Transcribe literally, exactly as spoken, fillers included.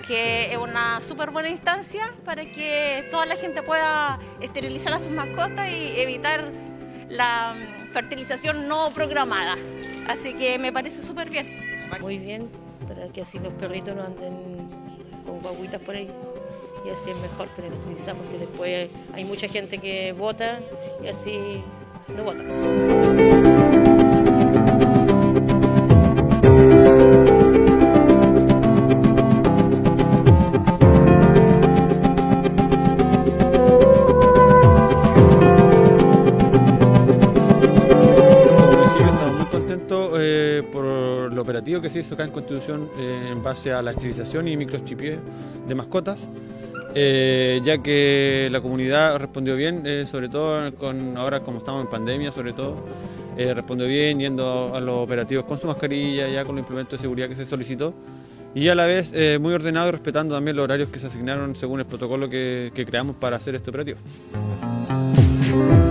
que es una súper buena instancia para que toda la gente pueda esterilizar a sus mascotas y evitar la fertilización no programada. Así que me parece súper bien. Muy bien, para que así los perritos no anden con guaguitas por ahí. Y así es mejor tener esterilizado, porque después hay mucha gente que vota y así no vota. Eh, por el operativo que se hizo acá en Constitución eh, en base a la esterilización y microchipeo de mascotas, eh, ya que la comunidad respondió bien, eh, sobre todo con ahora como estamos en pandemia, sobre todo, eh, respondió bien yendo a los operativos con su mascarilla, ya con los implementos de seguridad que se solicitó, y a la vez eh, muy ordenado y respetando también los horarios que se asignaron según el protocolo que, que creamos para hacer este operativo.